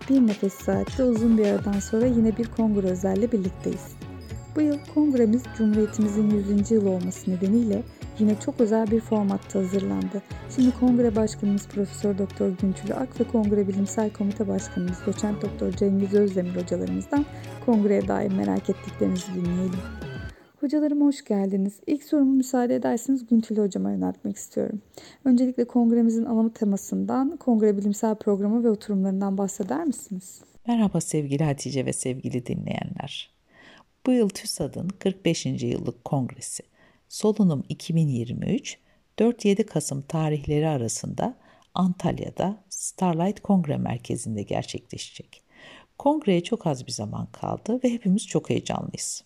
Bir Nefes Saat'te uzun bir aradan sonra yine bir kongre özelle birlikteyiz. Bu yıl kongremiz Cumhuriyetimizin 100. yılı olması nedeniyle yine çok özel bir formatta hazırlandı. Şimdi Kongre Başkanımız Profesör Doktor Günçülü Ak ve Kongre Bilimsel Komite Başkanımız Doçent Doktor Cengiz Özdemir hocalarımızdan kongreye dair merak ettiklerinizi dinleyelim. Hocalarım hoş geldiniz. İlk sorumu müsaade ederseniz Günçülü hocama yöneltmek istiyorum. Öncelikle kongremizin anlamı temasından, kongre bilimsel programı ve oturumlarından bahseder misiniz? Merhaba sevgili Hatice ve sevgili dinleyenler. Bu yıl TÜSAD'ın 45. yıllık kongresi Solunum 2023 4-7 Kasım tarihleri arasında Antalya'da Starlight Kongre Merkezi'nde gerçekleşecek. Kongreye çok az bir zaman kaldı ve hepimiz çok heyecanlıyız.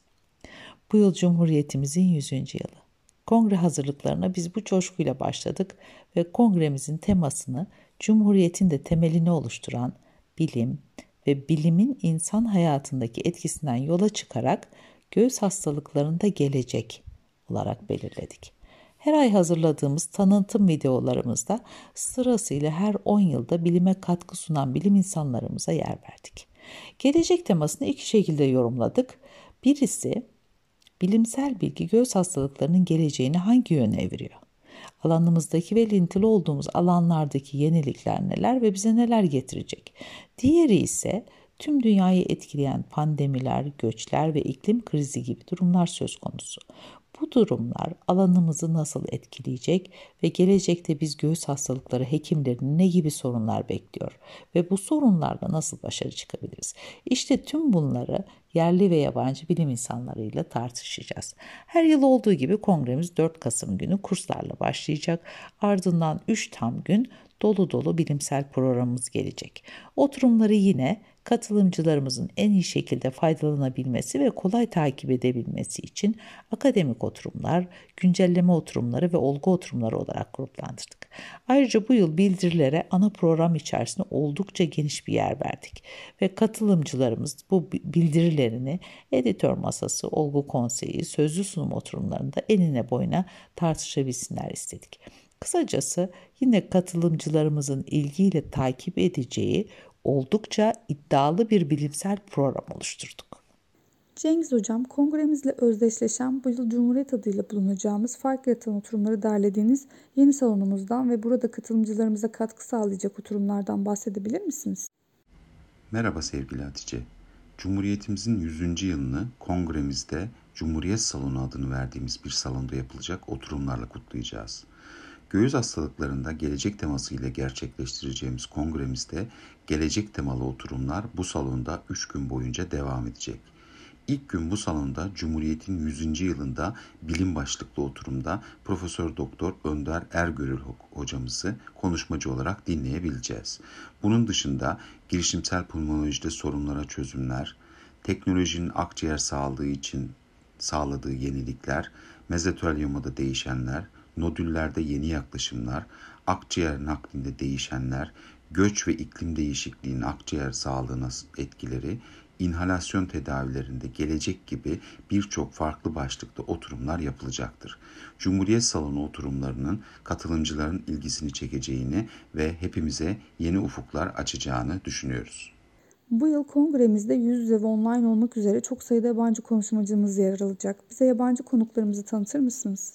Bu yıl Cumhuriyetimizin 100. yılı. Kongre hazırlıklarına biz bu coşkuyla başladık ve kongremizin temasını Cumhuriyetin de temelini oluşturan bilim ve bilimin insan hayatındaki etkisinden yola çıkarak göğüs hastalıklarında gelecek olarak belirledik. Her ay hazırladığımız tanıtım videolarımızda sırasıyla her 10 yılda bilime katkı sunan bilim insanlarımıza yer verdik. Gelecek temasını iki şekilde yorumladık. Birisi, bilimsel bilgi göğüs hastalıklarının geleceğini hangi yöne eviriyor? Alanımızdaki ve ilintili olduğumuz alanlardaki yenilikler neler ve bize neler getirecek? Diğeri ise tüm dünyayı etkileyen pandemiler, göçler ve iklim krizi gibi durumlar söz konusu. Bu durumlar alanımızı nasıl etkileyecek ve gelecekte biz göğüs hastalıkları hekimlerini ne gibi sorunlar bekliyor ve bu sorunlarla nasıl başarı çıkabiliriz? İşte tüm bunları yerli ve yabancı bilim insanlarıyla tartışacağız. Her yıl olduğu gibi kongremiz 4 Kasım günü kurslarla başlayacak. Ardından 3 tam gün dolu dolu bilimsel programımız gelecek. Oturumları yine katılımcılarımızın en iyi şekilde faydalanabilmesi ve kolay takip edebilmesi için akademik oturumlar, güncelleme oturumları ve olgu oturumları olarak gruplandırdık. Ayrıca bu yıl bildirilere ana program içerisinde oldukça geniş bir yer verdik ve katılımcılarımız bu bildirilerini editör masası, olgu konseyi, sözlü sunum oturumlarında enine boyuna tartışabilsinler istedik. Kısacası yine katılımcılarımızın ilgiyle takip edeceği oldukça iddialı bir bilimsel program oluşturduk. Cengiz Hocam, kongremizle özdeşleşen bu yıl Cumhuriyet adıyla bulunacağımız fark yaratan oturumları derlediğiniz yeni salonumuzdan ve burada katılımcılarımıza katkı sağlayacak oturumlardan bahsedebilir misiniz? Merhaba sevgili Hatice. Cumhuriyetimizin 100. yılını kongremizde Cumhuriyet Salonu adını verdiğimiz bir salonda yapılacak oturumlarla kutlayacağız. Göğüs hastalıklarında gelecek teması ile gerçekleştireceğimiz kongremizde gelecek temalı oturumlar bu salonda 3 gün boyunca devam edecek. İlk gün bu salonda Cumhuriyet'in 100. yılında bilim başlıklı oturumda Profesör Doktor Önder Ergörül hocamızı konuşmacı olarak dinleyebileceğiz. Bunun dışında girişimsel pulmonolojide sorunlara çözümler, teknolojinin akciğer sağlığı için sağladığı yenilikler, mezoteliomada değişenler, nodüllerde yeni yaklaşımlar, akciğer naklinde değişenler, göç ve iklim değişikliğinin akciğer sağlığına etkileri, inhalasyon tedavilerinde gelecek gibi birçok farklı başlıkta oturumlar yapılacaktır. Cumhuriyet Salonu oturumlarının katılımcıların ilgisini çekeceğini ve hepimize yeni ufuklar açacağını düşünüyoruz. Bu yıl kongremizde yüz yüze ve online olmak üzere çok sayıda yabancı konuşmacımız yer alacak. Bize yabancı konuklarımızı tanıtır mısınız?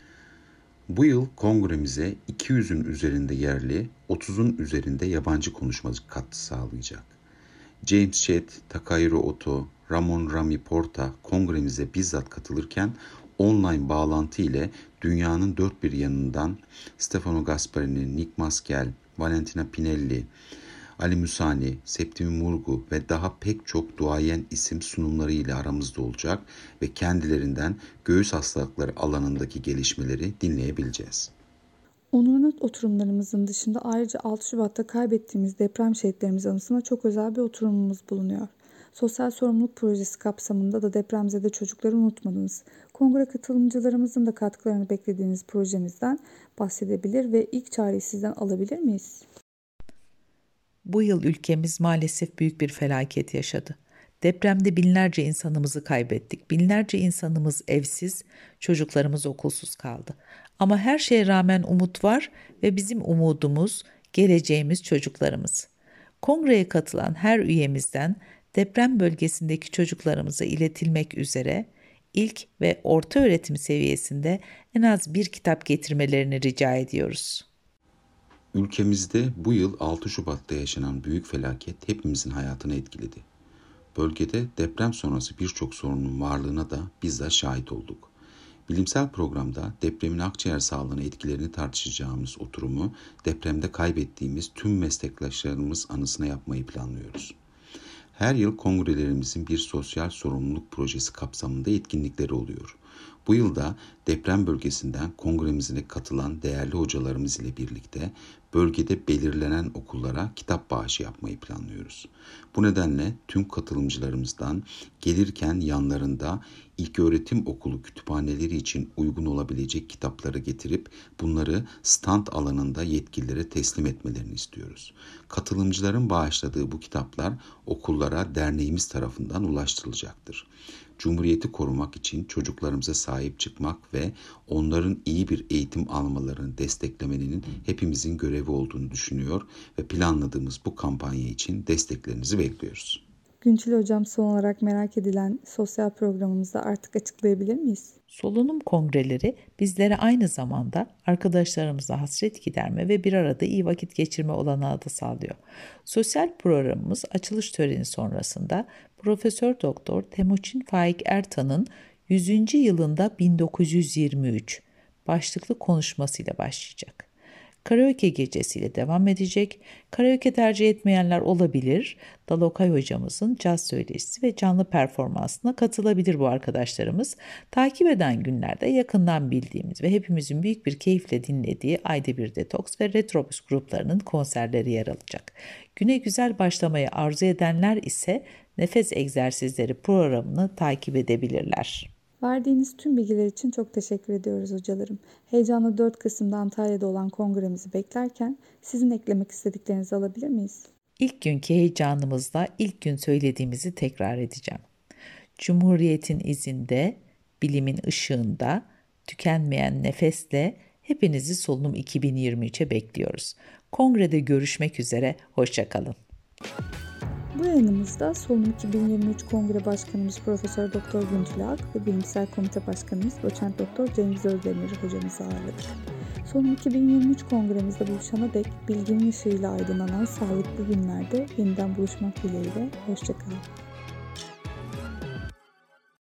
Bu yıl kongremize 200'ün üzerinde yerli, 30'un üzerinde yabancı konuşmacı katkı sağlayacak. James Chet, Takahiro Oto, Ramon Rami Porta kongremize bizzat katılırken online bağlantı ile dünyanın dört bir yanından Stefano Gasparini, Nick Maskell, Valentina Pinelli, Ali Musani, Septimi Murgu ve daha pek çok duayen isim sunumları ile aramızda olacak ve kendilerinden göğüs hastalıkları alanındaki gelişmeleri dinleyebileceğiz. Onurlu oturumlarımızın dışında ayrıca 6 Şubat'ta kaybettiğimiz deprem şehitlerimiz anısına çok özel bir oturumumuz bulunuyor. Sosyal sorumluluk projesi kapsamında da depremzede çocukları unutmadınız. Kongre katılımcılarımızın da katkılarını beklediğiniz projemizden bahsedebilir ve ilk çağrıyı sizden alabilir miyiz? Bu yıl ülkemiz maalesef büyük bir felaket yaşadı. Depremde binlerce insanımızı kaybettik. Binlerce insanımız evsiz, çocuklarımız okulsuz kaldı. Ama her şeye rağmen umut var ve bizim umudumuz, geleceğimiz çocuklarımız. Kongreye katılan her üyemizden deprem bölgesindeki çocuklarımıza iletilmek üzere ilk ve orta öğretim seviyesinde en az bir kitap getirmelerini rica ediyoruz. Ülkemizde bu yıl 6 Şubat'ta yaşanan büyük felaket hepimizin hayatını etkiledi. Bölgede deprem sonrası birçok sorunun varlığına da bizzat şahit olduk. Bilimsel programda depremin akciğer sağlığına etkilerini tartışacağımız oturumu depremde kaybettiğimiz tüm meslektaşlarımız anısına yapmayı planlıyoruz. Her yıl kongrelerimizin bir sosyal sorumluluk projesi kapsamında etkinlikleri oluyor. Bu yıl da deprem bölgesinden kongremize katılan değerli hocalarımız ile birlikte bölgede belirlenen okullara kitap bağışı yapmayı planlıyoruz. Bu nedenle tüm katılımcılarımızdan gelirken yanlarında ilköğretim okulu kütüphaneleri için uygun olabilecek kitapları getirip bunları stand alanında yetkililere teslim etmelerini istiyoruz. Katılımcıların bağışladığı bu kitaplar okullara derneğimiz tarafından ulaştırılacaktır. Cumhuriyeti korumak için çocuklarımıza sahip çıkmak ve onların iyi bir eğitim almalarını desteklemenin hepimizin görevi olduğunu düşünüyor ve planladığımız bu kampanya için desteklerinizi bekliyoruz. Günçil Hocam, son olarak merak edilen sosyal programımızı artık açıklayabilir miyiz? Solunum kongreleri bizlere aynı zamanda arkadaşlarımıza hasret giderme ve bir arada iyi vakit geçirme olanağı da sağlıyor. Sosyal programımız açılış töreni sonrasında Profesör Doktor Temuçin Faik Ertan'ın 100. yılında 1923 başlıklı konuşmasıyla başlayacak. Karaoke gecesiyle devam edecek. Karaoke tercih etmeyenler olabilir. Dalokay hocamızın caz söyleşisi ve canlı performansına katılabilir bu arkadaşlarımız. Takip eden günlerde yakından bildiğimiz ve hepimizin büyük bir keyifle dinlediği Ayda Bir Detoks ve Retrobüs gruplarının konserleri yer alacak. Güne güzel başlamayı arzu edenler ise nefes egzersizleri programını takip edebilirler. Verdiğiniz tüm bilgiler için çok teşekkür ediyoruz hocalarım. Heyecanla 4 Kasım'da Antalya'da olan kongremizi beklerken sizin eklemek istediklerinizi alabilir miyiz? İlk günkü heyecanımızla ilk gün söylediğimizi tekrar edeceğim. Cumhuriyetin izinde, bilimin ışığında, tükenmeyen nefesle hepinizi Solunum 2023'e bekliyoruz. Kongrede görüşmek üzere, hoşça kalın. Bu yayınımızda Solunum 2023 Kongre Başkanımız Profesör Doktor Günçil Ak ve Bilimsel Komite Başkanımız Doçent Doktor Cengiz Özdemir hocamızı ağırladık. Solunum 2023 Kongremizde buluşana dek bilginin ışığıyla aydınlanan sağlıklı günlerde yeniden buluşmak dileğiyle. Hoşça kalın.